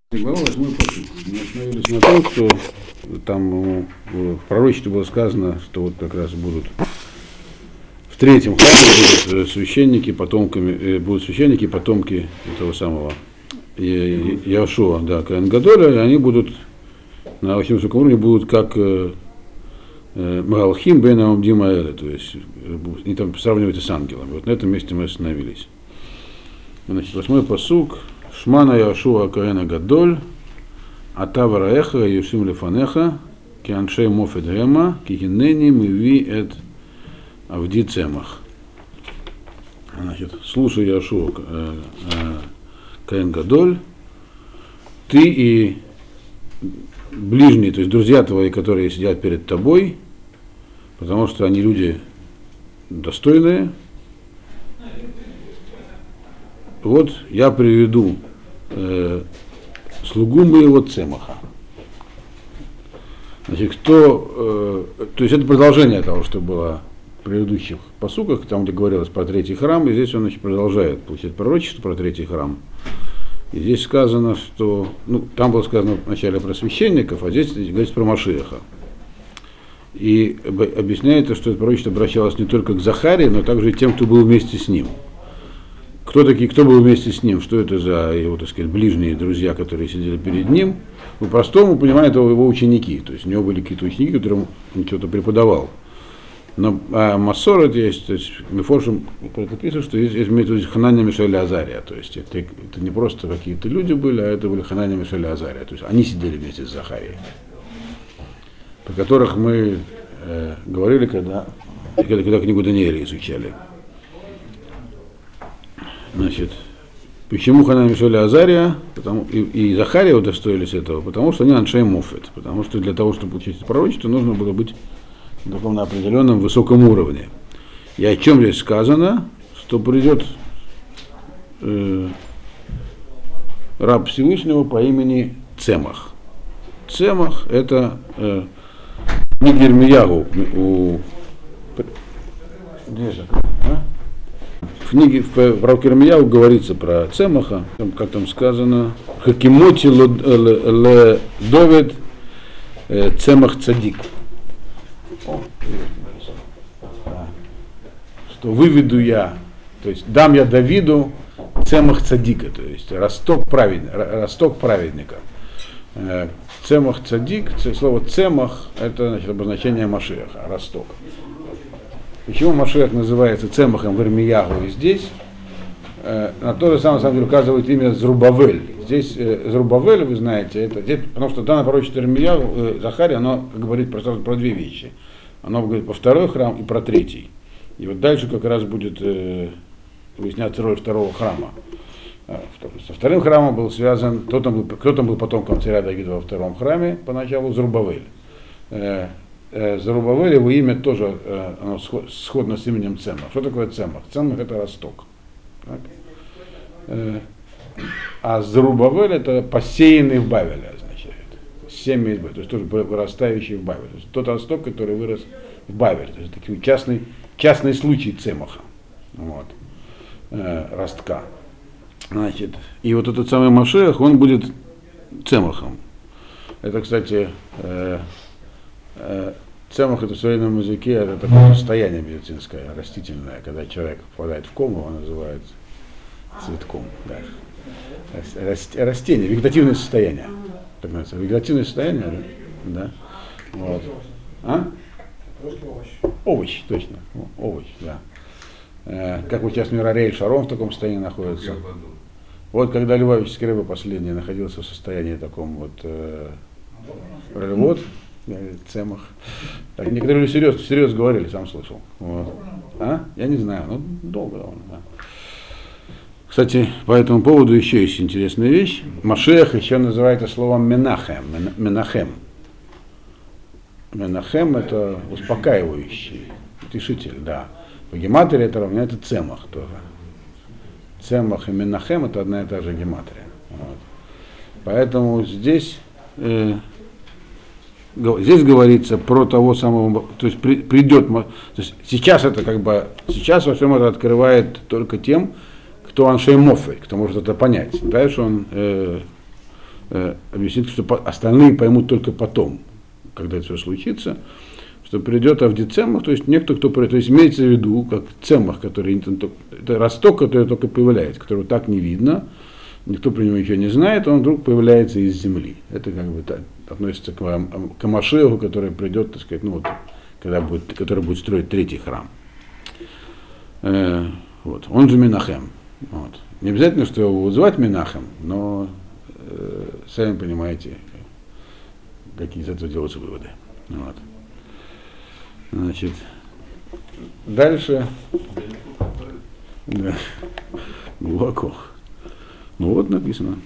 Глава 8 посуд. Мы остановились на том, что там в пророчестве было сказано, что вот как раз будут в третьем храме будут священники, потомки этого самого Яшуа, да, Коэн Гадоля, и они будут на очень высоком уровне будут как Магалхим бен Амдим Аэля, то есть они там сравниваются с ангелами. Вот на этом месте мы остановились. Значит, 8 пасук. Шмана Яшуа Коэна Гадоль, Атавараэха Юшим Лефанеха, Кианшей Мофет Гема, Кихинени Миви Эт Авди Цемах. Значит, слушай, Яшуа Коэн Гадоль, ты и ближние, то есть друзья твои, которые сидят перед тобой, потому что они люди достойные. Вот я приведу слугу моего Цемаха. Значит, то есть это продолжение того, что было в предыдущих пасуках, там, где говорилось про третий храм, и здесь он продолжает получать пророчество про третий храм. И здесь сказано, что, там было сказано вначале про священников, а здесь говорится про Машиаха. И объясняется, что это пророчество обращалось не только к Захарии, но также и тем, кто был вместе с ним. Кто был вместе с ним, что это за его, так сказать, ближние друзья, которые сидели перед ним, по-простому понимают его ученики. То есть у него были какие-то ученики, которым он что-то преподавал. Но Массорет есть, то есть Мефоршим написано, что здесь имеется в виду Ханания, Мишель и Азария. То есть это не просто какие-то люди были, а это были Ханания, Мишель и Азария. То есть они сидели вместе с Захарией, про которых мы говорили, когда книгу Даниэля изучали. Значит, почему Ханания, Мишель и Азария и Захария удостоились этого? Потому что они Аншей Мофет. Потому что для того, чтобы получить это пророчество, нужно было быть на таком на определенном высоком уровне. И о чем здесь сказано, что придет раб Всевышнего по имени Цемах. Цемах это книга Ирмиягу в книге в пророке Ирмиягу говорится про Цемаха, как там сказано, Хакимоти ле довед Цемах цадик. Что выведу я, то есть дам я Давиду Цемах цадика, то есть росток праведника. Цемах цадик, слово Цемах это значит обозначение Машиаха, росток. Почему Машиах называется Цемахом в Ирмиягу и здесь? На то же самое, на самом деле, указывает имя Зрубавель. Здесь Зрубавель, вы знаете, это здесь, потому что данное пророчество Ирмиягу, Захария, оно говорит про две вещи. Оно говорит про второй храм и про третий. И вот дальше как раз будет выясняться роль второго храма. Со вторым храмом был связан, кто там был потомком царя Давида во втором храме, поначалу Зрубавель. Зарубавель, его имя тоже оно сходно с именем Цемах. Что такое Цемах? Цемах это росток. А Зарубавель это посеянный в Бавеле означает. Семя из Бавеля, то есть тоже вырастающий в Бавеле. То есть тот росток, который вырос в Бавеле. То есть такой частный случай Цемаха. Вот. Ростка. Значит, и вот этот самый Машиах, он будет Цемахом. Это, кстати, Цемах это в современном языке это такое состояние медицинское, растительное, когда человек попадает в кому, его называют цветком. Да. Растение, вегетативное состояние. Так называется. Вегетативное состояние, да. Вот. Овощ, точно. Овощ, да. Как вот сейчас Мирарель Шарон в таком состоянии находится. Вот когда Львовический рыба последний находился в состоянии таком вот вот. Цемах. Так, некоторые люди всерьез говорили, сам слышал. Вот. Я не знаю, долго довольно. Да. Кстати, по этому поводу еще есть интересная вещь. Машиах еще называется словом Менахем. Менахем это успокаивающий, утешитель, да. По гематрии это равняется Цемах тоже. Цемах и Менахем это одна и та же гематрия. Вот. Поэтому здесь говорится про того самого, то есть придет, то есть сейчас это сейчас во всем это открывает только тем, кто Аншей Мофет, кто может это понять. Дальше он объяснит, что остальные поймут только потом, когда это все случится, что придет Авдицемах, то есть некто, кто придет, то есть имеется в виду, как Цемах, который, это росток, который только появляется, которого так не видно, никто про него ничего не знает, он вдруг появляется из земли. Это как бы так, относится к Машеху, который придет, так сказать, ну вот, который будет строить третий храм. Вот. Он же Менахем. Вот. Не обязательно, что его будут звать Менахем, но сами понимаете, какие из этого делаются выводы. Вот. Значит, дальше. Да. Глубоко. Ну вот написано.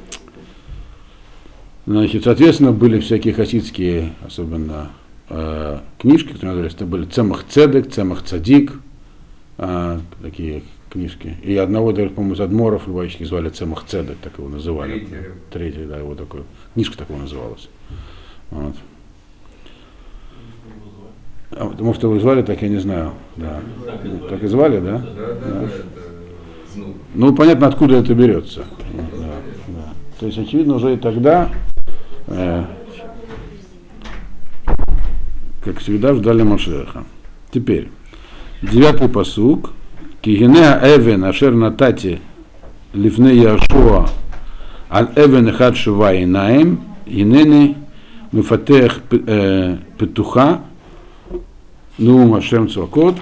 Значит, соответственно, были всякие хасидские, особенно книжки, которые назывались, это были Цемах Цедек, Цемах Цадик, такие книжки. И одного, даже, по-моему, из адморов любавички звали Цемах Цедек, так его называли. Третий, да, его такой. Книжка такого называлась. Вот. Может, его звали, так я не знаю. Да. Так и звали, да? Да. Ну, понятно, откуда это берется. Да. То есть, очевидно, уже и тогда, как всегда, ждали Машеха. Теперь, 9-й пасук. Кигенеа эвен ашер натати лифне Яшуа аль эвен эхад шива инаем инени мифатех петуха ну машем цвакот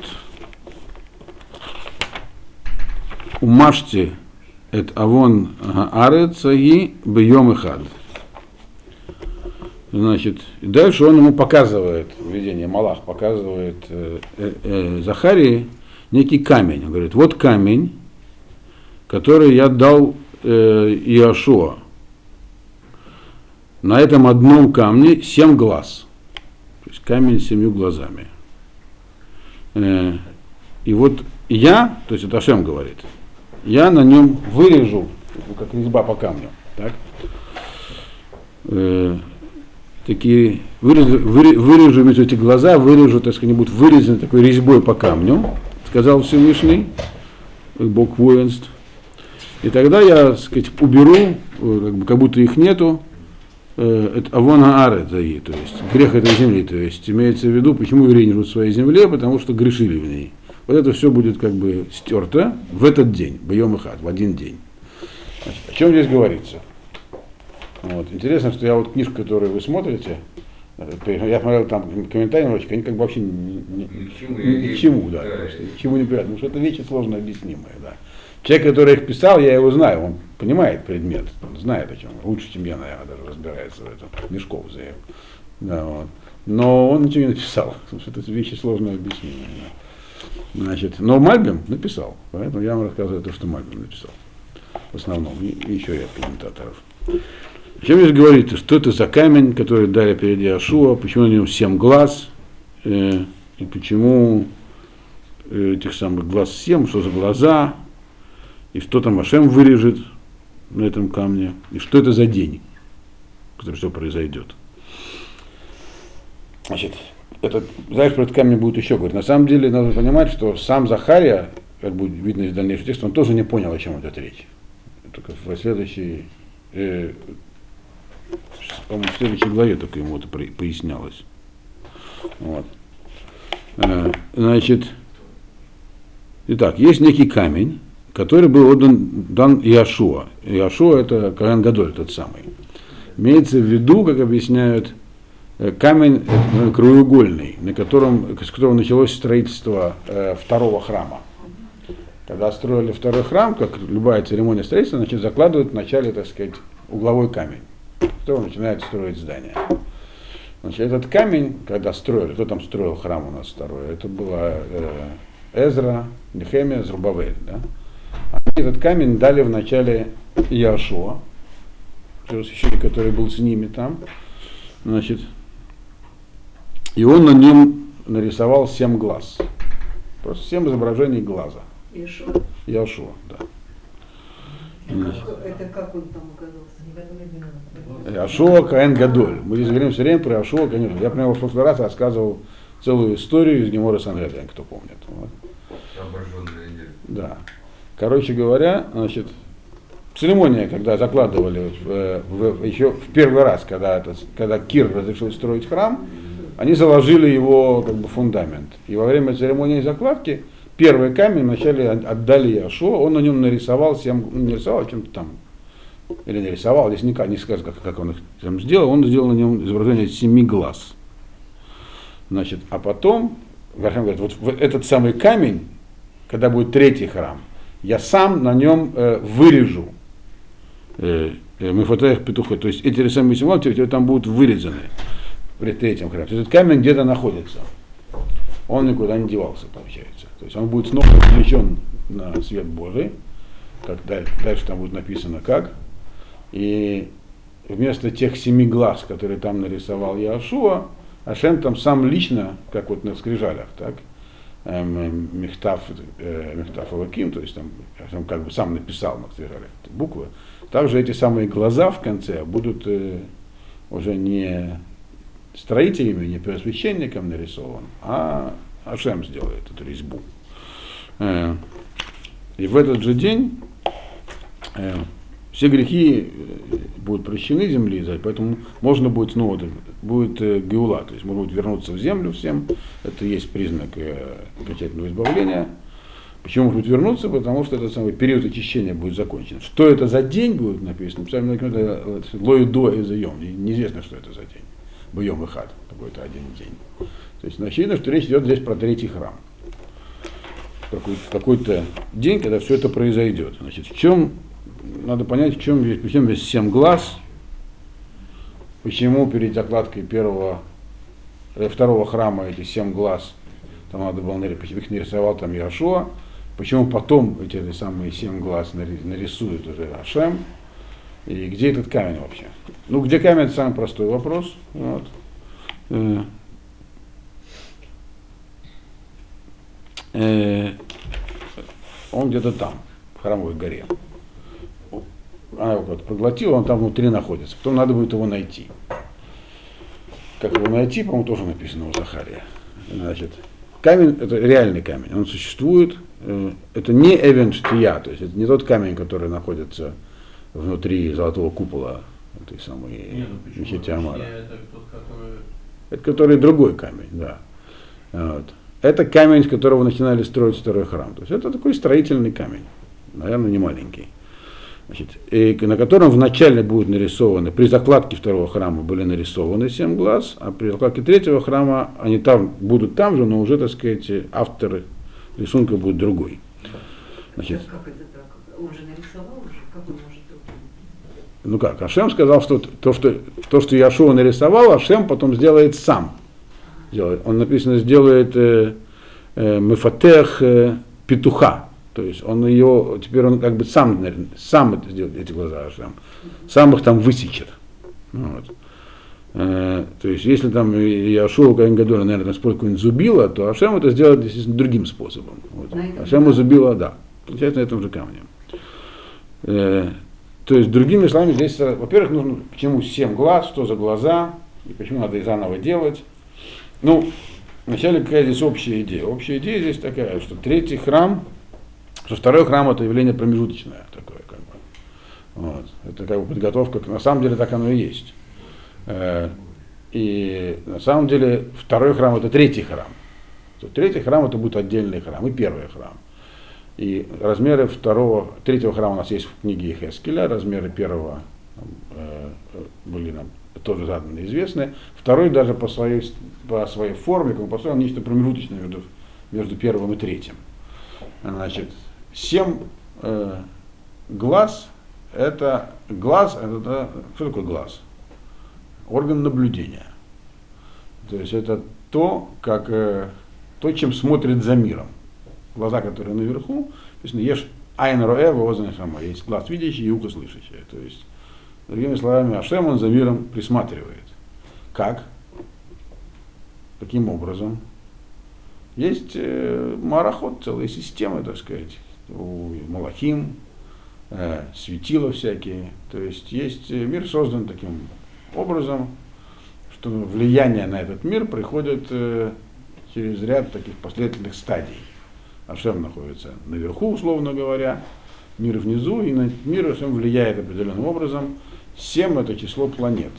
умашти эт авон арецаги бьем эхад. Значит, и дальше он ему показывает, видение Малах показывает Захарии некий камень. Он говорит, вот камень, который я дал Иошуа. На этом одном камне 7 глаз. То есть камень с 7 глазами. И вот я, то есть это Ашем говорит, я на нем вырежу, как резьба по камню. Так? Такие вырежу эти глаза, вырежу, так сказать, будут вырезаны такой резьбой по камню, сказал Всевышний, Бог воинств. И тогда я, так сказать, уберу, как будто их нету, авона аре, то есть грех этой земли. То есть имеется в виду, почему евреи не живут в своей земле, потому что грешили в ней. Вот это все будет как бы стерто в этот день, бьем эхад, в один день. Значит, о чем здесь говорится? Вот. Интересно, что я вот книжку, которую вы смотрите, я смотрел там комментарии, они как бы вообще ни к чему, да, просто, ни к чему не приятно, потому что это вещи сложно объяснимые, да. Человек, который их писал, я его знаю, он понимает предмет, он знает о чем, лучше, чем я, наверное, даже разбирается в этом, Мешков заявил. Да, вот. Но он ничего не написал, потому что это вещи сложно объяснимые. Да. Значит, но Мальбим написал, поэтому я вам рассказываю то, что Мальбим написал, в основном, и еще ряд комментаторов. О чем здесь говорится? Что это за камень, который дали перед Иошуа, почему на нем 7 глаз, и почему этих самых глаз 7, что за глаза, и что там Ашем вырежет на этом камне, и что это за день, который все произойдет. Значит, знаешь, про этот камень будет еще говорить. На самом деле, надо понимать, что сам Захария, как будет видно из дальнейшего текста, он тоже не понял, о чем идет речь. Только в следующей по-моему, в следующей главе только ему это пояснялось. Вот. Значит, итак, есть некий камень, который был дан Иошуа. Иошуа это Коэн Гадоль тот самый. Имеется в виду, как объясняют, камень краеугольный, с которого началось строительство второго храма. Когда строили второй храм, как любая церемония строительства, значит, закладывают вначале, так сказать, угловой камень, кто начинает строить здание. Значит, этот камень, когда строили, кто там строил храм у нас второй, это была Эзра, Нехемия, Зрубавель. Да? Они этот камень дали в начале Иошуа, священник, который был с ними там. Значит, и он на нем нарисовал 7 глаз. Просто 7 изображений глаза. Иошуа, да. Это как он там оказался? Иошуа Коэн Гадоль. Мы здесь говорим все время про Иошуа Коэн Гадоль. Я, например, в прошлый раз рассказывал целую историю из Гемора Сангедрин, кто помнит. Вот. Да. Короче говоря, значит, церемония, когда закладывали еще в первый раз, когда Кир разрешил строить храм, они заложили его как бы фундамент. И во время церемонии закладки первый камень вначале отдали Яшуа, он на нем нарисовал, не рисовал, а чем-то там, или нарисовал, здесь не сказано, как он их там сделал, он сделал на нем изображение 7 глаз. Значит, а потом, Рахам говорит, вот этот самый камень, когда будет третий храм, я сам на нем вырежу мефатех петуха, то есть эти самые символы там будут вырезаны при третьем храме. То есть этот камень где-то находится. Он никуда не девался, получается. То есть он будет снова привлечен на свет Божий, как дальше там будет написано как. И вместо тех 7 глаз, которые там нарисовал Яшуа, Ашем там сам лично, как вот на скрижалях, так, Мехтав Элоким, то есть там как бы сам написал на скрижалях буквы. Также эти самые глаза в конце будут уже не строителями, не первосвященником нарисован, а Ашем сделает эту резьбу. И в этот же день все грехи будут прощены земли, поэтому можно будет снова, будет геула, то есть можно будет вернуться в землю всем, это есть признак окончательного избавления. Почему будет вернуться? Потому что этот самый период очищения будет закончен. Что это за день будет написано? Лоидо и заем. Неизвестно, что это за день. Бьем и хат, какой-то один день. То есть очевидно, что речь идет здесь про третий храм. Какой-то день, когда все это произойдет. Значит, в чем, надо понять, почему есть 7 глаз, почему перед закладкой второго храма эти 7 глаз, там надо было, их нарисовал там Яшуа, почему потом эти самые 7 глаз нарисует уже Ашем, и где этот камень вообще? Ну, где камень, это самый простой вопрос. Вот. Он где-то там, в Храмовой горе. Она его проглотила, он там внутри находится. Потом надо будет его найти. Как его найти, по-моему, тоже написано у Захария. Значит, камень, это реальный камень, он существует. Это не Эвен Штия, то есть это не тот камень, который находится внутри золотого купола этой самой мечети Амара. Это который другой камень, да. Вот. Это камень, с которого начинали строить второй храм. То есть это такой строительный камень, наверное, не маленький. Значит, и на котором вначале будет нарисованы, при закладке второго храма были нарисованы 7 глаз, а при закладке третьего храма они там будут там же, но уже, так сказать, автор рисунка будет другой. Значит, как это так? Он же нарисовал уже, как он может другой? Ну как, Ашем сказал, что то, что Яшуа нарисовал, Ашем потом сделает сам. Он написано, сделает мефатех петуха. То есть он ее, теперь он как бы сам это сделает, эти глаза Ашем. Сам их там высечет. Вот. То есть если там Яшуа Коэн Гадоль, наверное, использует какое-нибудь зубило, то Ашем это сделает, естественно, другим способом. Вот. Ашему зубило, да, получается на этом же камне. То есть, другими словами, здесь, во-первых, нужно, почему 7 глаз, что за глаза, и почему надо их заново делать. Ну, вначале какая здесь общая идея? Общая идея здесь такая, что третий храм, что второй храм это явление промежуточное такое, как бы. Вот. Это как бы подготовка, на самом деле так оно и есть. И на самом деле второй храм это третий храм. Третий храм это будет отдельный храм, и первый храм. И размеры третьего храма у нас есть в книге Йехескеля, размеры первого были нам тоже заданы известны. Второй даже по своей форме, как он построен, нечто промежуточное между первым и третьим. Значит, 7 глаз, что такое глаз? Орган наблюдения. То есть это то, чем смотрит за миром. Глаза, которые наверху, то есть ешь айн роэ возле шама, есть глаз видящий и ухо слышащее. То есть, другими словами, Ашем он за миром присматривает. Как? Каким образом? Есть марахот, целые системы, так сказать, у Малахим, светила всякие. То есть мир создан таким образом, что влияние на этот мир приходит через ряд таких последовательных стадий. Ашем находится наверху, условно говоря, мир внизу, и на мир всем влияет определенным образом. 7 это число планет.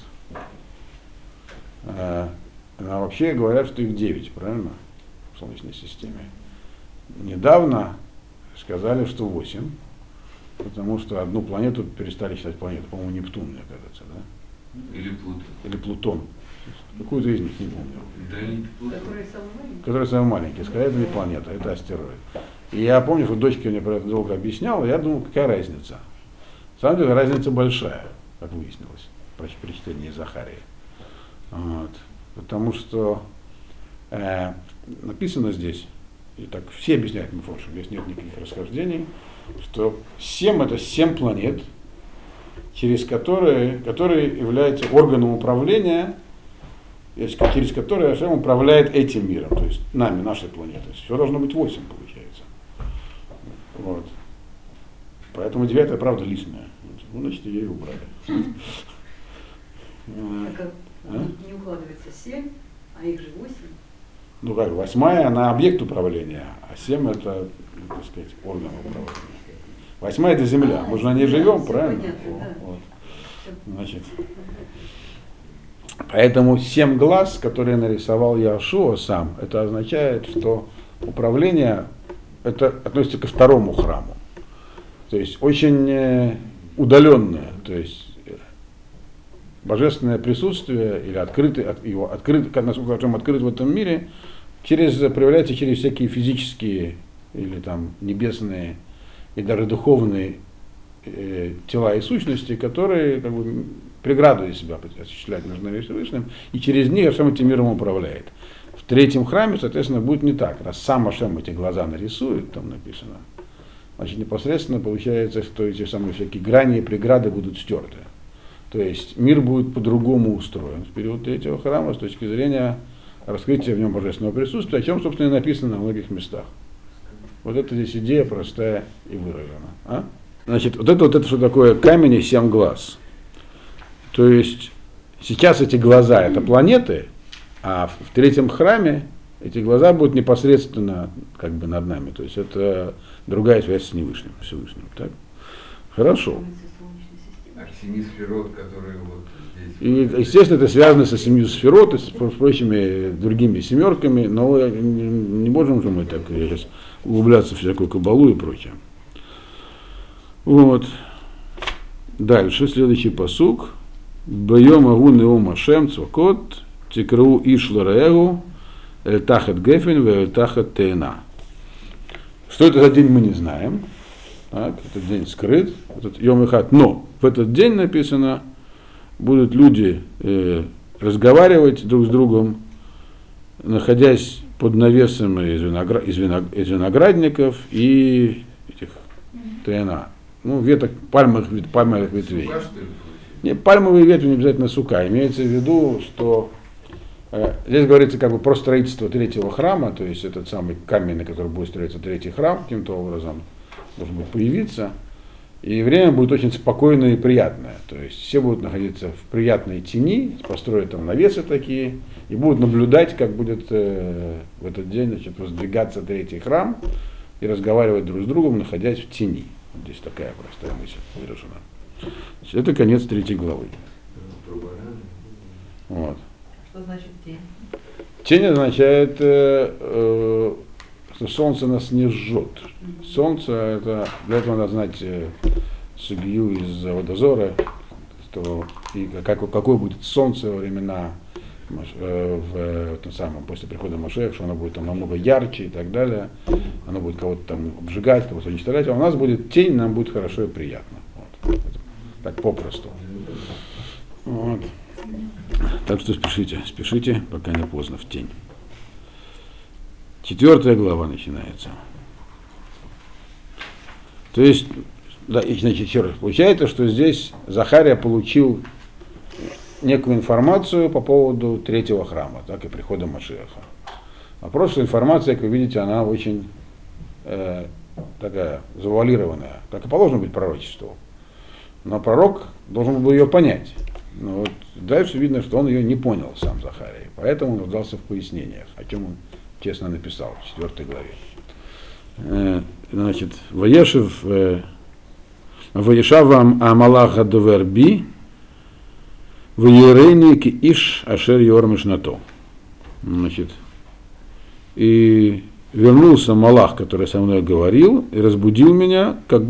А вообще говорят, что их 9, правильно? В Солнечной системе. Недавно сказали, что 8, потому что одну планету перестали считать планетой, по-моему, Нептун, мне кажется, да? Или Плутон. Или Плутон. Какую-то из них не помню. Да, не Плутон. Который самый маленький. Сказали, это не планета, это астероид. И я помню, что дочка мне про это долго объясняла, я думал, какая разница. На самом деле разница большая, как выяснилось, при чтении Захарии. Вот. Потому что написано здесь, и так все объясняют Мефоршим, здесь нет никаких расхождений, что 7 это 7 планет, которые являются органом управления, через которые Ашем управляет этим миром, то есть нами, нашей планетой. Все должно быть 8, получается. Вот. Поэтому 9 правда лишняя. Ну, значит, ее и убрали. Не укладывается 7, а их же 8. Ну как, 8 она объект управления, а 7 это, так сказать, орган управления. 8 это Земля, мы же на ней живем, правильно? Понятно, да. Вот. Значит, поэтому 7 глаз, которые нарисовал Яшуа сам, это означает, что управление это относится ко второму храму. То есть очень удаленное, то есть божественное присутствие или насколько Ашем открыт в этом мире, проявляется через всякие физические или там небесные и даже духовные тела и сущности, которые как бы преграду из себя осуществляют между нами и Всевышним, и через них Ашем этим миром управляет. В третьем храме, соответственно, будет не так. Раз сам Ашем эти глаза нарисует, там написано, значит, непосредственно получается, что эти самые всякие грани и преграды будут стерты. То есть мир будет по-другому устроен в период третьего храма с точки зрения раскрытия в нем божественного присутствия, о чем, собственно, и написано на многих местах. Вот это здесь идея простая и выражена. Значит, вот это что такое камень и 7 глаз. То есть сейчас эти глаза это планеты, а в третьем храме эти глаза будут непосредственно как бы над нами. То есть это другая связь с Всевышним. Так? Хорошо. А 7 сферот, которые вот здесь... И, естественно, это связано со 7 сферот и с прочими другими семерками, но не можем же мы так сейчас углубляться в всякую кабалу и прочее. Вот. Дальше, следующий пасук. Бьем агун и Машем цвакот, тикру ишлараэгу, эльтахат гефин, эльтахат тейна. Что это за день, мы не знаем. Так, этот день скрыт, этот Йом Эхад. Но в этот день написано, будут люди разговаривать друг с другом, находясь под навесом из виноградников и этих тена. Ну, веток пальмовых ветвей. Сука, что ли, Не, пальмовые ветви не обязательно сука. Имеется в виду, что здесь говорится как бы про строительство третьего храма, то есть этот самый камень, на который будет строиться третий храм, каким-то образом должен будет появиться. И время будет очень спокойное и приятное. То есть все будут находиться в приятной тени, построят там навесы такие, и будут наблюдать, как будет в этот день, значит, воздвигаться третий храм и разговаривать друг с другом, находясь в тени. Вот здесь такая простая мысль выражена. Значит, это конец 3 главы. Вот. Что значит тень? Тень означает, что солнце нас не жжет. Солнце, это, для этого надо знать сугию из Водозора, и какое будет солнце во времена после прихода Машеха, что оно будет там намного ярче и так далее, оно будет кого-то там обжигать, кого-то уничтожать, а у нас будет тень, нам будет хорошо и приятно. Вот. Так попросту. Вот. Так что спешите, пока не поздно, в тень. 4 глава начинается. То есть, да, значит, еще раз, получается, что здесь Захария получил некую информацию по поводу третьего храма, так и прихода Машиаха. Вопрос, что информация, как вы видите, она очень такая завуалированная, как и положено быть пророчеству. Но пророк должен был ее понять. Но вот дальше видно, что он ее не понял, сам Захария. Поэтому он нуждался в пояснениях, о чем он честно написал в 4 главе. Значит, Ваешев Ваешавам Амалаха Доверби, Ваерейни Иш Ашер Йормишнато. Значит, и вернулся Малах, который со мной говорил, и разбудил меня, как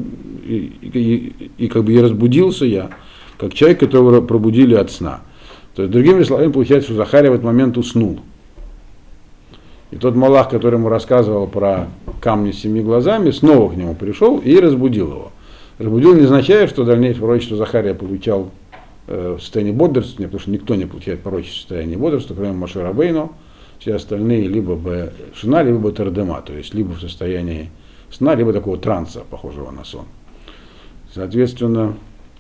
бы я разбудился я, как человек, которого пробудили от сна. То есть, другими словами, получается, что Захария в этот момент уснул. И тот Малах, который ему рассказывал про камни с 7 глазами, снова к нему пришел и разбудил его. Разбудил не означает, что дальнейшее пророчество Захария получал в состоянии бодрствования, потому что никто не получает пророчество в состоянии бодрствования, кроме Моше Рабейну. Все остальные либо Шина, либо Тардема, то есть либо в состоянии сна, либо такого транса, похожего на сон. Соответственно,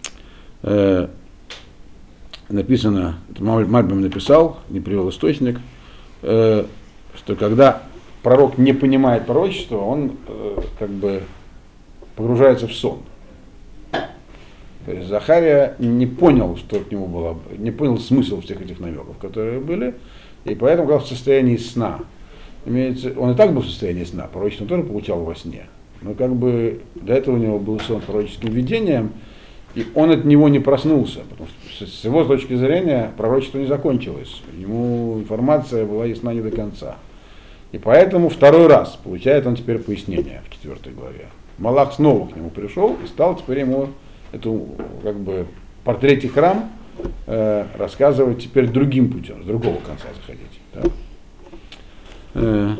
написано, Мальбим написал, не привел источник, что когда пророк не понимает пророчество, он как бы погружается в сон. То есть Захария не понял, что от него было, не понял смысл всех этих намеков, которые были, и поэтому был в состоянии сна. Имеется, он и так был в состоянии сна, пророчество он тоже получал во сне. Но как бы до этого у него был сон пророческим видением, и он от него не проснулся, потому что с его точки зрения пророчество не закончилось. Ему информация была ясна не до конца. И поэтому второй раз получает он теперь пояснение в 4 главе. Малах снова к нему пришел и стал теперь ему эту как бы портрете храм рассказывать теперь другим путем, с другого конца заходить. Да?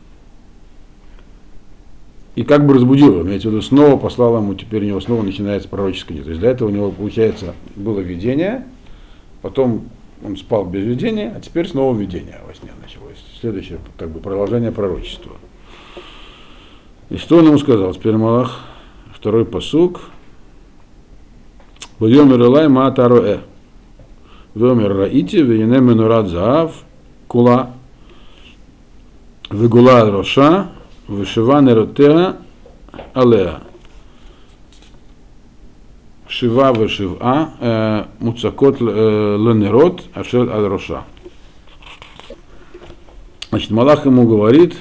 И как бы разбудил его, имеется в виду, снова послал ему, теперь у него снова начинается пророческое видение. То есть до этого у него, получается, было видение, потом он спал без видения, а теперь снова видение во сне началось. Следующее, как бы, продолжение пророчества. И что он ему сказал? Теперь Малах, второй пасук. Вайомер Элай Маата Роэ. Вайомер Раити, Вейне Менурат Заав, Кула, Вегула Роша, Вешива Неротеа, Алеа. Шива Вешива, Муцакот Ленерот, Ашель Аль Роша. Значит, Малах ему говорит,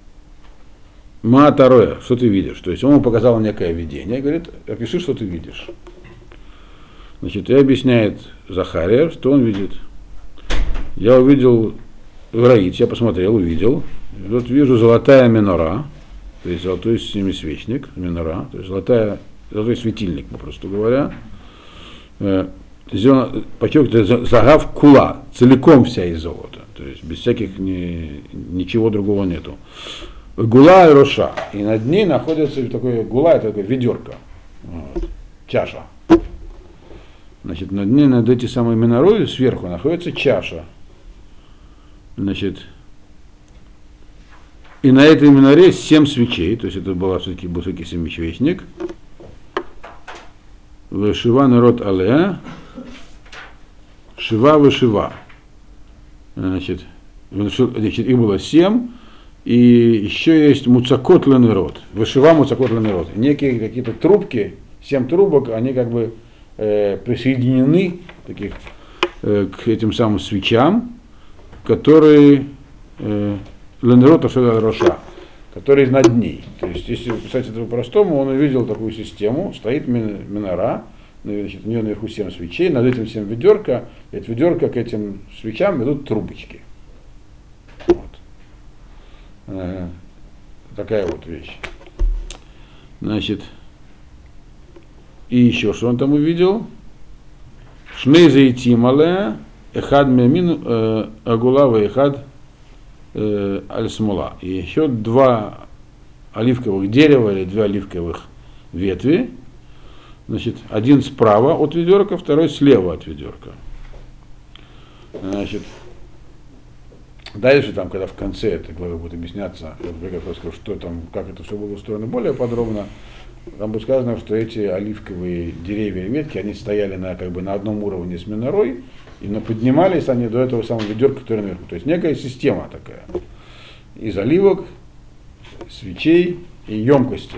Маата Роэ, что ты видишь? То есть он ему показал некое видение, говорит, опиши, что ты видишь. Значит, и объясняет Захария, что он видит. Я увидел Раит, я посмотрел, увидел. И вот вижу золотая минора, то есть золотой семисвечник, минора, то есть золотой светильник, попросту говоря. Подчеркиваю, загав кула, целиком вся из золота, то есть без всяких ничего другого нету. Гула и роша, и над ней находится такое гула, это такое ведерко, вот, чаша. Значит, над этой самой минорой сверху находится чаша. Значит, и на этой миноре 7 свечей, то есть это был все-таки высокий семисвечник. Вешива народ алея, шива вешива. Значит, их было 7, и еще есть муцакот ленерот. Вешива муцакот ленерот. Некие какие-то трубки, 7 трубок, они как бы присоединены таких, к этим самым свечам, которые ленерот ашель роша, которые над ней. То есть, если писать это по-простому, он увидел такую систему, стоит минора, значит, у нее наверху 7 свечей, над этим 7 ведерка, и от ведерка к этим свечам идут трубочки. Вот. Такая вот вещь. Значит, и еще что он там увидел? Шней заитим алея, эхад мемин агулава, эхад аль-смула. И еще 2 оливковых дерева или 2 оливковых ветви. Значит, один справа от ведерка, второй слева от ведерка. Значит, дальше там, когда в конце этой главы будет объясняться, я расскажу, что там, как это все было устроено более подробно, там будет сказано, что эти оливковые деревья и ветки, они стояли как бы на одном уровне с минорой, и поднимались они до этого самого ведерка, который наверху. То есть некая система такая. Из оливок, свечей и емкости.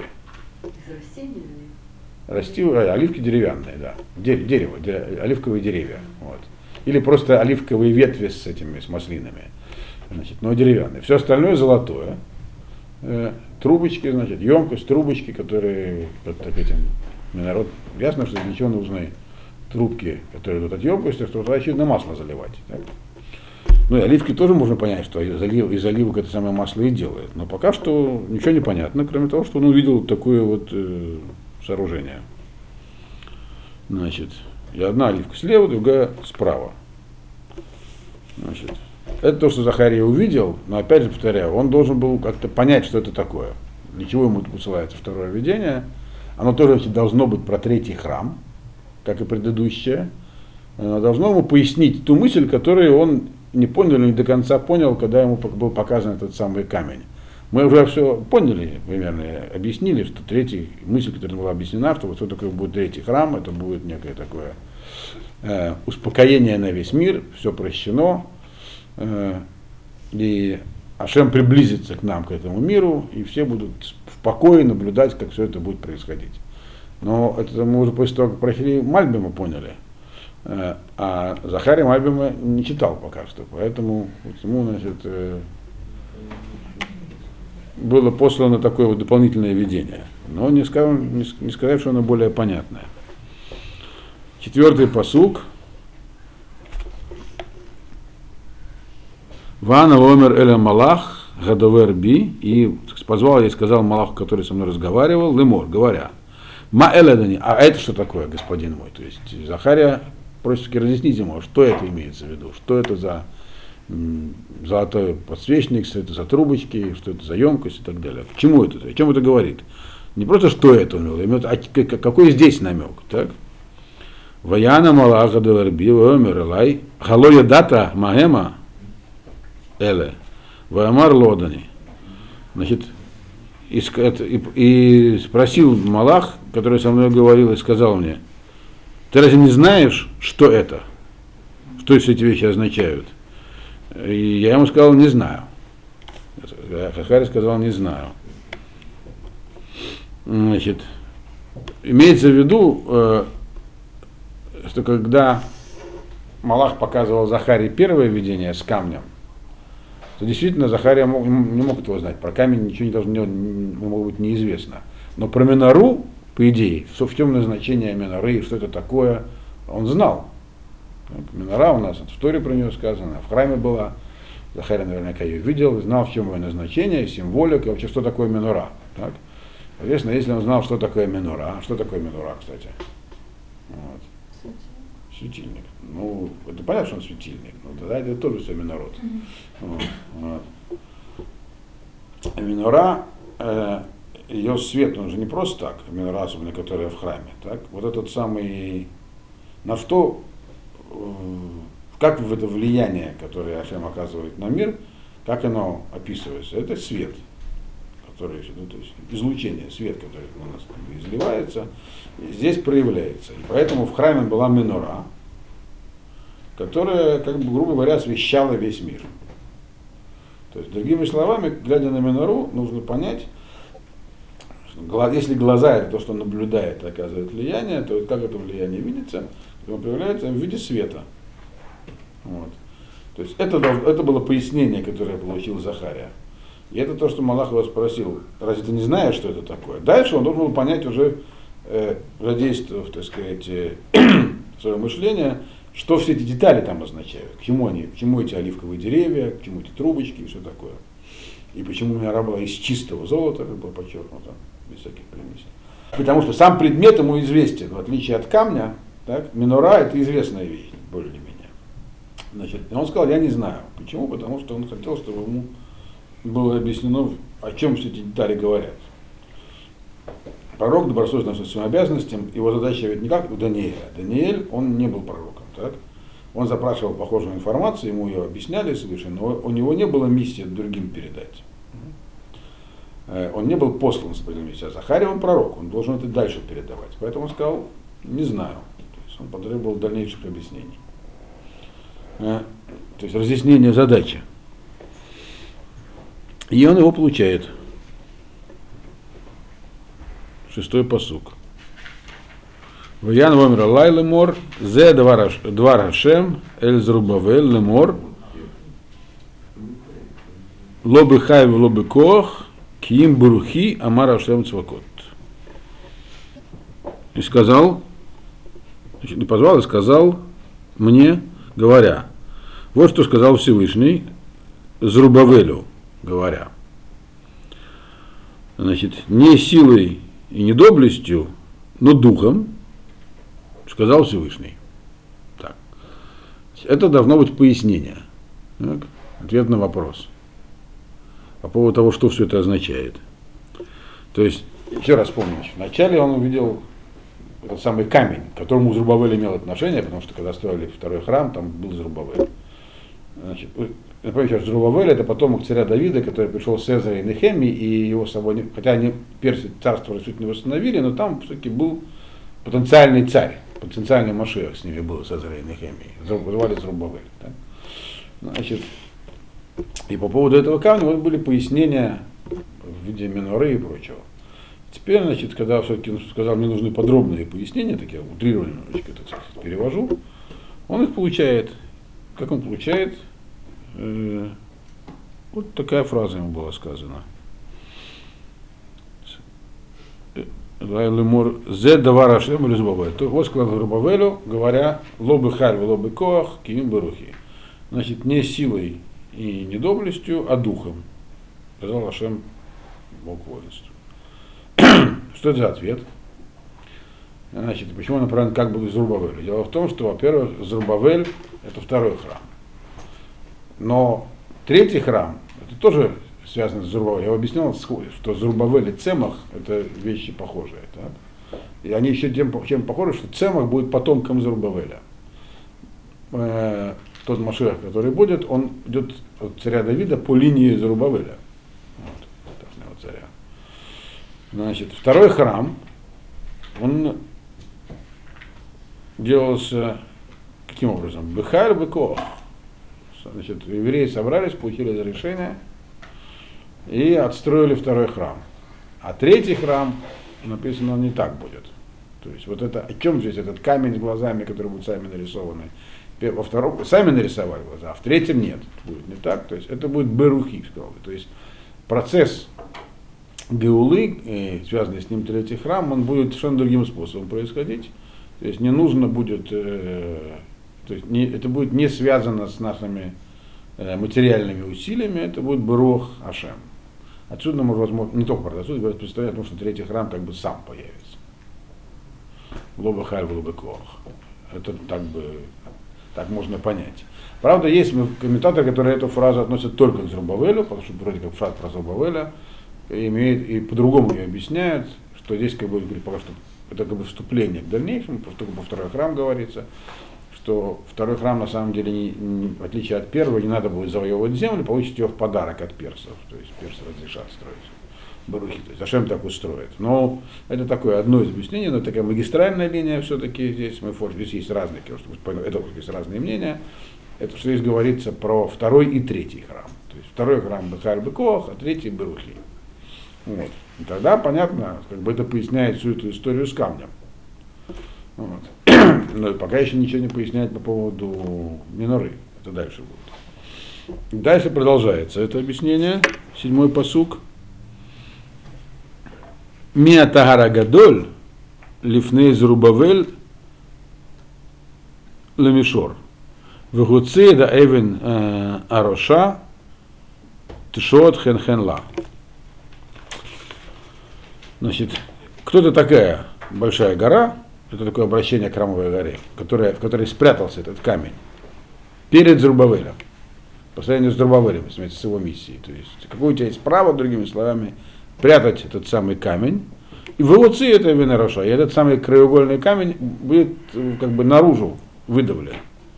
Из растений? Оливки деревянные, да. Дерево, оливковые деревья. Вот. Или просто оливковые ветви с маслинами. Значит, но деревянные. Все остальное золотое. Трубочки, значит, емкость, трубочки, которые так этим Народ, ясно, что для чего нужны трубки, которые идут от емкости, чтобы туда, очевидно, масло заливать. Так? Ну и оливки тоже можно понять, что из оливок это самое масло и делает. Но пока что ничего не понятно, кроме того, что он увидел такое вот сооружение. Значит, и одна оливка слева, другая справа. Значит, это то, что Захария увидел, но опять же повторяю, он должен был как-то понять, что это такое. Для чего ему посылается второе видение. Оно тоже должно быть про третий храм, как и предыдущее. Оно должно ему пояснить ту мысль, которую он не понял или не до конца понял, когда ему был показан этот самый камень. Мы уже все поняли, примерно объяснили, что третья мысль, которая была объяснена, что вот что такое будет третий храм, это будет некое такое успокоение на весь мир, все прощено, и Ашем приблизится к нам, к этому миру, и все будут в покое наблюдать, как все это будет происходить. Но это мы уже после того, как прочли Мальбима, поняли. А Захария Мальбима не читал пока что, поэтому вот ему, значит, было послано такое вот дополнительное видение. Но не сказать, что оно более понятное. 4-й пасук. Вана омер эля малах гадовер би, и позвал я и сказал Малаху, который со мной разговаривал, лемор, говоря, ма эледани, а это что такое, господин мой? То есть Захария просит разъяснить ему, что это имеется в виду, что это за золотой подсвечник, что это за трубочки, что это за емкость и так далее. К чему это? О чем это говорит? Не просто что это он имеет, а какой здесь намек, так? Ваяна малах гадовер би, омер элай, халоя дата маэма, Эле, Ваамар Лодани. Значит, и спросил Малах, который со мной говорил, и сказал мне, ты разве не знаешь, что это? Что все эти вещи означают? И я ему сказал, не знаю. Захария сказал, не знаю. Значит, имеется в виду, что когда Малах показывал Захарии первое видение с камнем, то действительно Захария не мог этого знать. Про камень ничего не должно могло быть неизвестно. Но про минору, по идее, в чем назначение миноры, что это такое, он знал. Минора у нас в Торе про нее сказано, в храме была. Захария наверняка ее видел, знал, в чем ее назначение, символика, вообще, что такое минора. Так? Соответственно, если он знал, что такое минора, что такое минора, кстати? Вот. Светильник. Ну, это понятно, что он светильник, но тогда это тоже все минород. Вот. А минора, ее свет, он же не просто так, минора, особенно которая в храме. Так? Вот этот самый, на что, как в это влияние, которое Ашем оказывает на мир, как оно описывается? Это свет, который, ну, то есть излучение, свет, который на нас изливается, здесь проявляется. И поэтому в храме была минора, которая, как бы, грубо говоря, освещала весь мир. То есть, другими словами, глядя на минору, нужно понять, что если глаза это то, что наблюдает, оказывает влияние, то как это влияние видится, оно проявляется в виде света. Вот. То есть это было пояснение, которое получил Захария. И это то, что Малах его спросил, разве ты не знаешь, что это такое? Дальше он должен был понять уже, задействовав, так сказать, свое мышление, что все эти детали там означают, к чему эти оливковые деревья, к чему эти трубочки и все такое. И почему минора была из чистого золота, как было подчеркнуто, без всяких примесей. Потому что сам предмет ему известен, в отличие от камня, так, минора это известная вещь, более или менее. Значит, он сказал, я не знаю. Почему? Потому что он хотел, чтобы ему было объяснено, о чем все эти детали говорят. Пророк добросовестно относится к своим обязанностям, его задача ведь не как у Даниэля. Даниэль, он не был пророком. Так? Он запрашивал похожую информацию, ему ее объясняли свыше, но у него не было миссии другим передать. Он не был послан с определенной миссией. А Захария, он пророк, он должен это дальше передавать. Поэтому он сказал, не знаю. То есть он потребовал дальнейших объяснений. То есть разъяснение задачи. И он его получает. 6-й пасук. Ваян вомер алай лемор, зе двар Хашем, эль Зрубавель лемор, лобы хайв лобы кох, киим бурухи, амар Хашем цвакот. и сказал, значит, и позвал и сказал мне, говоря, вот что сказал Всевышний Зрубавелю, говоря, значит, не силой и не доблестью, но духом, сказал Всевышний. Так. Это должно быть пояснение. Так. Ответ на вопрос. По поводу того, что все это означает. То есть, еще раз помню, вначале он увидел этот самый камень, к которому Зрубавель имел отношение, потому что когда строили второй храм, там был Зрубавель. Значит, напомню, что Зрубавель это потомок царя Давида, который пришел с Эзрой и Нехемией, и его с собой, хотя они Персии царство решительно восстановили, но там все-таки был потенциальный царь, потенциальный Машиах с ними был, с Эзрой и Нехемией. Звали Зрубавель. Да? Значит, и по поводу этого камня вот были пояснения в виде миноры и прочего. Теперь, значит, когда все-таки сказал, мне нужны подробные пояснения, так я утрированно немножечко это перевожу, он их получает. Как он получает? Вот такая фраза ему была сказана. Зе давар Ашем или Зрубавель. Вот сказал Зрубавелю, говоря, лобы халь, лобы коах, киим барухи. Значит, не силой и не доблестью, а духом. Сказал Ашем, Бог воинства. Что это за ответ? Значит, почему он направлен как бы к Зрубавелю? Дело в том, что, во-первых, Зрубавель это второй храм. Но третий храм, это тоже связано с Зрубавелем. Я объяснял, что Зрубавель и Цемах это вещи похожие. Так? И они еще чем похожи, что Цемах будет потомком Зрубавеля. Тот Машиах, который будет, он идет от царя Давида по линии Зрубавеля. Вот, царя. Значит, второй храм, он делался каким образом? Бехаль бекох. Значит, евреи собрались, получили разрешение и отстроили второй храм. А третий храм, написано, он не так будет. То есть вот это, о чем здесь этот камень с глазами, который будет сами нарисованы. Во втором сами нарисовали глаза, а в третьем нет. Будет не так. То есть это будет берухи, сказал. То есть процесс Геулы, связанный с ним третий храм, он будет совершенно другим способом происходить. То есть не нужно будет, то есть это будет не связано с нашими материальными усилиями, это будет Берух Ашем. Отсюда мы, возможно, не только про отсюда представляем, потому что третий храм как бы сам появится. Лоба халь, лоба кох. Это так можно понять. Правда, есть комментаторы, которые эту фразу относят только к Зрубавелю, потому что вроде как фраза про Зрубавеля, и по-другому ее объясняют, что здесь как бы пока что это как бы вступление к дальнейшему, потому что про второй храм говорится, что второй храм на самом деле, в отличие от первого, не надо будет завоевывать землю, получите ее в подарок от персов, то есть персы разрешат строить барухи, то есть Ашем так устроит. Но это такое одно из объяснений, но такая магистральная линия все-таки здесь, здесь есть разные, это есть разные мнения, это что здесь говорится про второй и третий храм. То есть второй храм Бехаль Бекох, а третий Берухи. Вот. И тогда, понятно, как бы это поясняет всю эту историю с камнем. Вот. Но пока еще ничего не поясняет по поводу миноры. Это дальше будет. Дальше продолжается это объяснение. 7-й пасук. Миатагара гадоль лифней Зрубавель лемишор. Вегуцей да эвен ароша тшот хен-хен-ла. Значит, кто-то такая большая гора, это такое обращение к Храмовой горе, в которой спрятался этот камень перед Зрубавелем, по сравнению с Зрубавелем, с его миссией. То есть, какое у тебя есть право, другими словами, прятать этот самый камень, и в Луци это Венероша, и этот самый краеугольный камень будет как бы наружу выдавлен.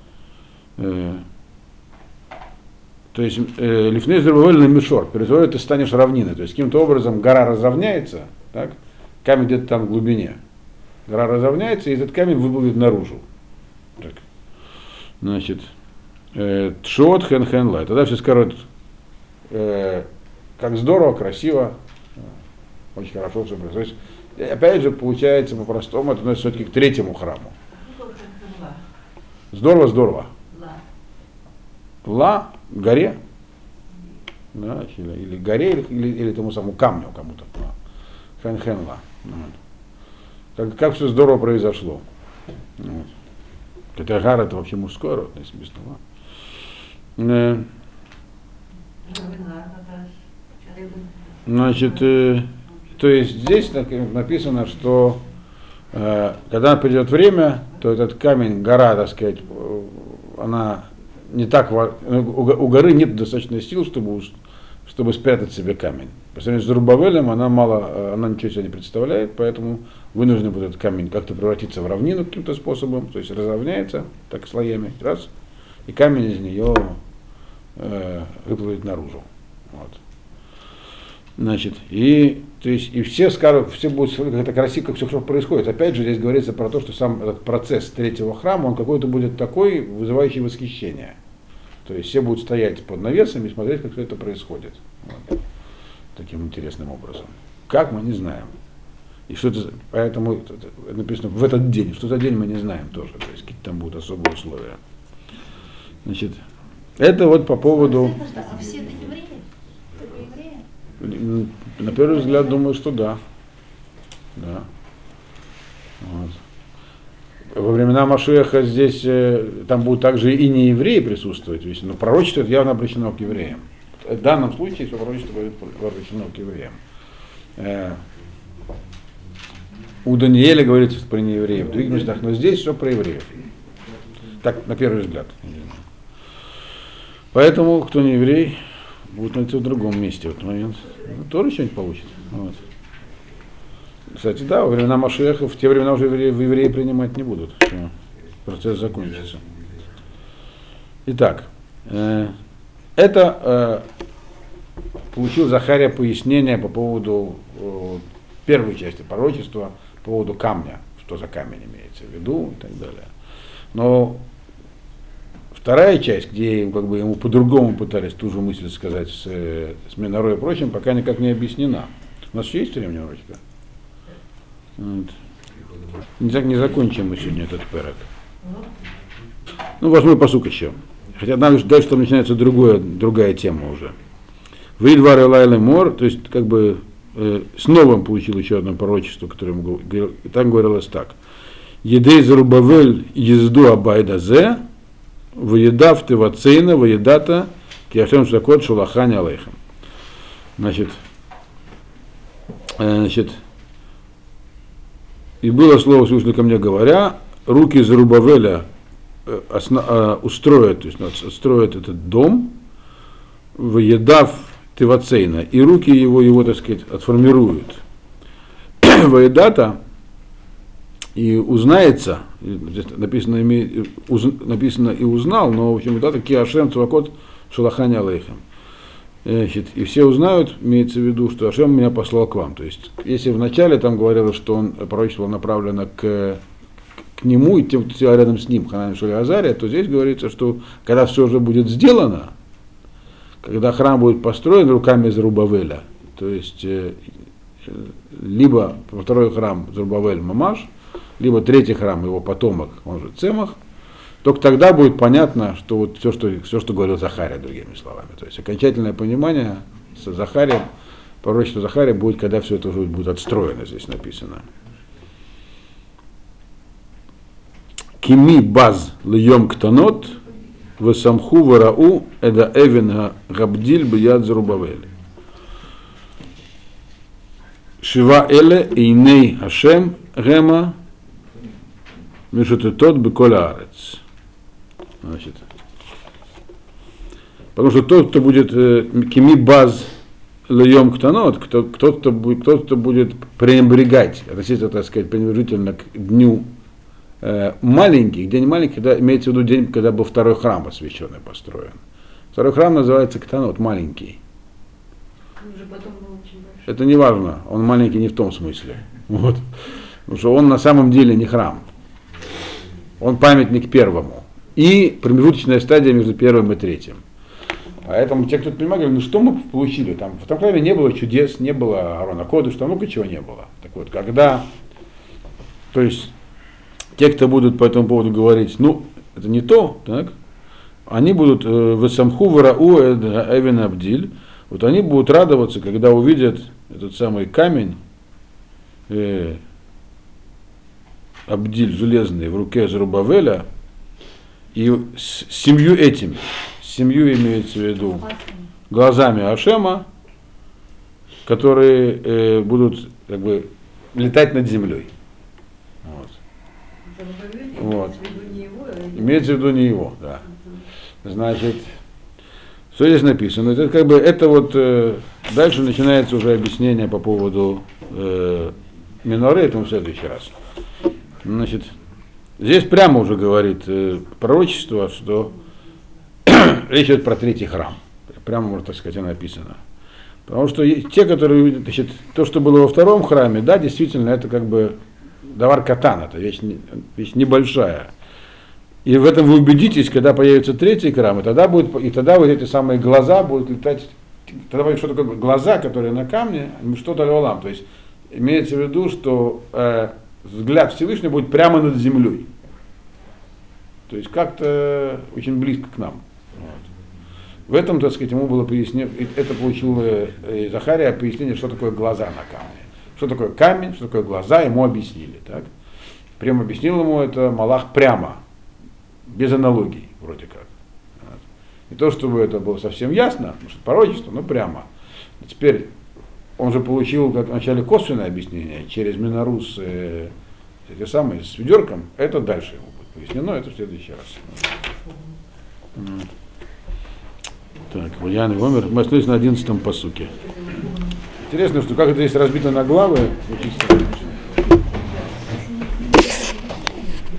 То есть лифней Зрубавель на мишор, перед тобой ты станешь равниной, то есть каким-то образом гора разровняется, так? Камень где-то там в глубине. Гора разровняется, и этот камень выплывет наружу. Так. Значит, тшот хен-хен-лай. Тогда все скажут, как здорово, красиво, очень хорошо все происходит. И опять же, получается, по-простому, это относится все-таки к третьему храму. Здорово. Ла, горе. Да, или горе, или тому самому камню кому-то. Хен-хен-ла. как все здорово произошло. Вот. Хотя Гар это вообще мужской род, не смешно. Значит, то есть здесь написано, что когда придет время, то этот камень, гора, так сказать, она не так, у горы нет достаточно сил, чтобы спрятать себе камень. По сравнению с Зарубавелем она ничего себе не представляет, поэтому вынужден будет этот камень как-то превратиться в равнину каким-то способом, то есть разровняется так слоями, раз, и камень из нее выплывет наружу. Вот. Значит, и все скажут, все будут смотреть, как это красиво, как все хорошо происходит. Опять же, здесь говорится про то, что сам этот процесс третьего храма, он какой-то будет такой, вызывающий восхищение. То есть все будут стоять под навесами и смотреть, как все это происходит. Вот. Таким интересным образом. Как, мы не знаем. И что это, поэтому это написано в этот день. Что за день, мы не знаем тоже. То есть какие-то там будут особые условия. Значит, это вот по поводу... А все это евреи? Только евреи? На первый взгляд, думаю, что да. Да. Вот. Во времена Машиаха здесь, там будут также и не евреи присутствовать, но пророчество это явно обращено к евреям. В данном случае все пророчество будет обращено к евреям. У Даниэля говорится про неевреев, в других местах, но здесь все про евреев. Так, на первый взгляд. Поэтому, кто не еврей, будет найти в другом месте в этот момент. Тоже что-нибудь получит. Вот. Кстати, да, во времена Машиаха, в те времена уже евреи принимать не будут. Все, процесс закончится. Итак, это получил Захария пояснение по поводу первой части пророчества, по поводу камня, что за камень имеется в виду и так далее. Но вторая часть, где ему по-другому пытались ту же мысль сказать с Минорой и прочим, пока никак не объяснена. У нас еще есть время немножечко? Вот. Не закончим мы сегодня этот перек. Ну, 8-й пасук еще. Хотя дальше там начинается другая тема уже. Вейдвар Элайле Мор, то есть как бы снова он получил еще одно пророчество, которое ему говорил, и там говорилось так. Едей Зарубавель езду Абайдазе, воедав Тевацейна, воедата, киашем Сакот Шулахани Алейхам. Значит, и было слово Всевышнего ко мне говоря, руки Зарубавеля устроят, то есть отстроят этот дом, воедав Тевацейна, и руки его, так сказать, отформируют. Воедата, и узнается, здесь написано и узнал, но в общем это такие Ашем Цвакот Шулахани Алейхам. И все узнают, имеется в виду, что Ашем меня послал к вам. То есть, если вначале там говорилось, что пророчество направлено к нему и тем, кто рядом с ним, Ханан Шули Азария, то здесь говорится, что когда все уже будет сделано, когда храм будет построен руками Зарубавеля, то есть либо второй храм Зарубавель Мамаш, либо третий храм его потомок, он же Цемах, только тогда будет понятно, что вот все, что говорил Захария, другими словами. То есть окончательное понимание с Захарием, пророчество Захария будет, когда все это уже будет отстроено, здесь написано. Кими баз льем ктанот, весамху варау эда эвен габдиль бияд Зарубавель. Шива эле иней Ашем гема мишутетот беколя арец. Значит, потому что тот, кто будет кими баз льем ктанот, кто-то будет пренебрегать, относиться, так сказать, пренебрежительно к дню маленький, день маленький, когда имеется в виду день, когда был второй храм освященный, построен. Второй храм называется ктанот, маленький. Уже потом был очень большой. Это не важно, он маленький не в том смысле. Вот. Потому что он на самом деле не храм. Он памятник первому. И промежуточная стадия между первым и третьим. Поэтому те, кто понимает, говорят, ну что мы получили? Там, в том храме не было чудес, не было Аарона Кодыш, там много чего не было. Так вот, когда, то есть, те, кто будут по этому поводу говорить, ну, это не то, так, они будут весамху варау эвен абдиль, вот они будут радоваться, когда увидят этот самый камень, Абдиль железный в руке Зарубавеля, и с 7 этими, с 7 имеется в виду глазами Ашема, которые будут как бы летать над землей. Вот. Имеется в виду не его, да. Значит, что здесь написано? Это как бы это вот дальше начинается уже объяснение по поводу миноры, это в следующий раз. Значит, здесь прямо уже говорит пророчество, что речь идет про третий храм. Прямо, можно так сказать, написано. Потому что те, которые, значит, то, что было во втором храме, да, действительно, это как бы давар катан, это вещь небольшая. И в этом вы убедитесь, когда появится третий храм, и тогда вот эти самые глаза будут летать, тогда будет что такое глаза, которые на камне, что-то леолам. То есть имеется в виду, что взгляд Всевышнего будет прямо над землей. То есть как-то очень близко к нам. В этом, так сказать, ему было пояснено, это получил Захария пояснение, что такое глаза на камне. Что такое камень, что такое глаза, ему объяснили. Так? Прямо объяснил ему это Малах прямо, без аналогий, вроде как. Вот. Не то, чтобы это было совсем ясно, потому что пророчество, но прямо. А теперь он же получил, как вначале, косвенное объяснение через Минору с ведерком, это дальше ему будет пояснено, это в следующий раз. Так, Ян Гомер, мы остались на 11-м пасуке. Интересно, что как это здесь разбито на главы, очень странно.